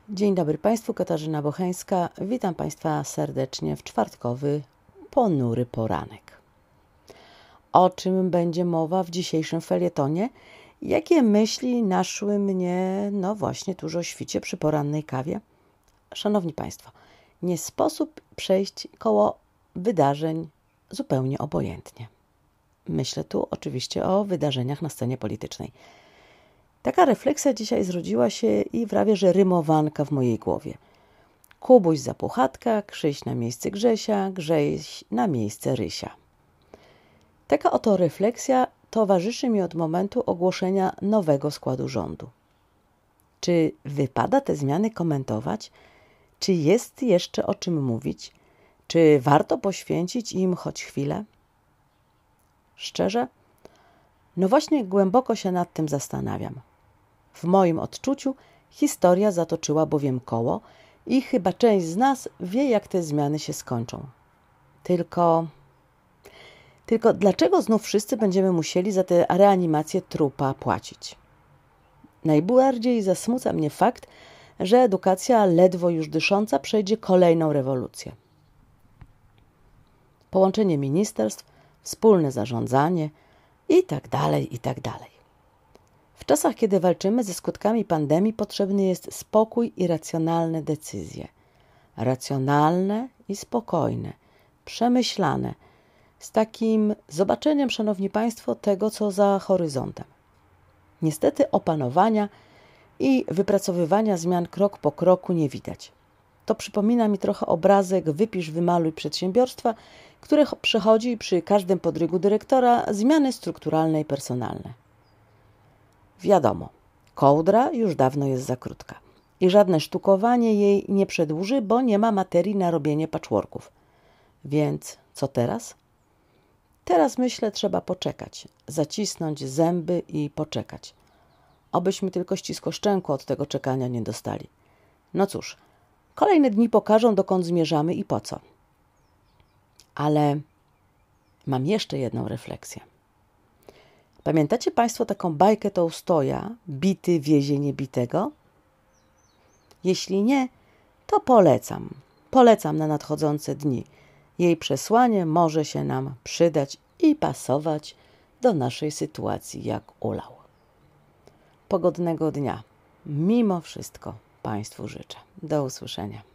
Dzień dobry Państwu, Katarzyna Bocheńska. Witam Państwa serdecznie w czwartkowy, ponury poranek. O czym będzie mowa w dzisiejszym felietonie? Jakie myśli naszły mnie, właśnie tuż o świcie przy porannej kawie? Szanowni Państwo, nie sposób przejść koło wydarzeń zupełnie obojętnie. Myślę tu oczywiście o wydarzeniach na scenie politycznej. Taka refleksja dzisiaj zrodziła się i prawie że rymowanka w mojej głowie. Kubuś za Puchatka, Krzyś na miejsce Grzesia, Grześ na miejsce Rysia. Taka oto refleksja towarzyszy mi od momentu ogłoszenia nowego składu rządu. Czy wypada te zmiany komentować? Czy jest jeszcze o czym mówić? Czy warto poświęcić im choć chwilę? Szczerze? Właśnie głęboko się nad tym zastanawiam. W moim odczuciu historia zatoczyła bowiem koło i chyba część z nas wie, jak te zmiany się skończą. Tylko dlaczego znów wszyscy będziemy musieli za tę reanimację trupa płacić? Najbardziej zasmuca mnie fakt, że edukacja ledwo już dysząca przejdzie kolejną rewolucję. Połączenie ministerstw, wspólne zarządzanie i tak dalej. W czasach, kiedy walczymy ze skutkami pandemii, potrzebny jest spokój i racjonalne decyzje. Racjonalne i spokojne, przemyślane, z takim zobaczeniem, szanowni Państwo, tego, co za horyzontem. Niestety opanowania i wypracowywania zmian krok po kroku nie widać. To przypomina mi trochę obrazek wypisz, wymaluj przedsiębiorstwa, które przechodzi przy każdym podrygu dyrektora zmiany strukturalne i personalne. Wiadomo, kołdra już dawno jest za krótka i żadne sztukowanie jej nie przedłuży, bo nie ma materii na robienie patchworków. Więc co teraz? Teraz myślę, trzeba poczekać, zacisnąć zęby i poczekać. Obyśmy tylko ściskoszczęku od tego czekania nie dostali. No cóż, kolejne dni pokażą, dokąd zmierzamy i po co. Ale mam jeszcze jedną refleksję. Pamiętacie Państwo taką bajkę Tołstoja, Bity wiezie niebitego? Jeśli nie, to polecam. Polecam na nadchodzące dni. Jej przesłanie może się nam przydać i pasować do naszej sytuacji jak ulał. Pogodnego dnia. Mimo wszystko Państwu życzę. Do usłyszenia.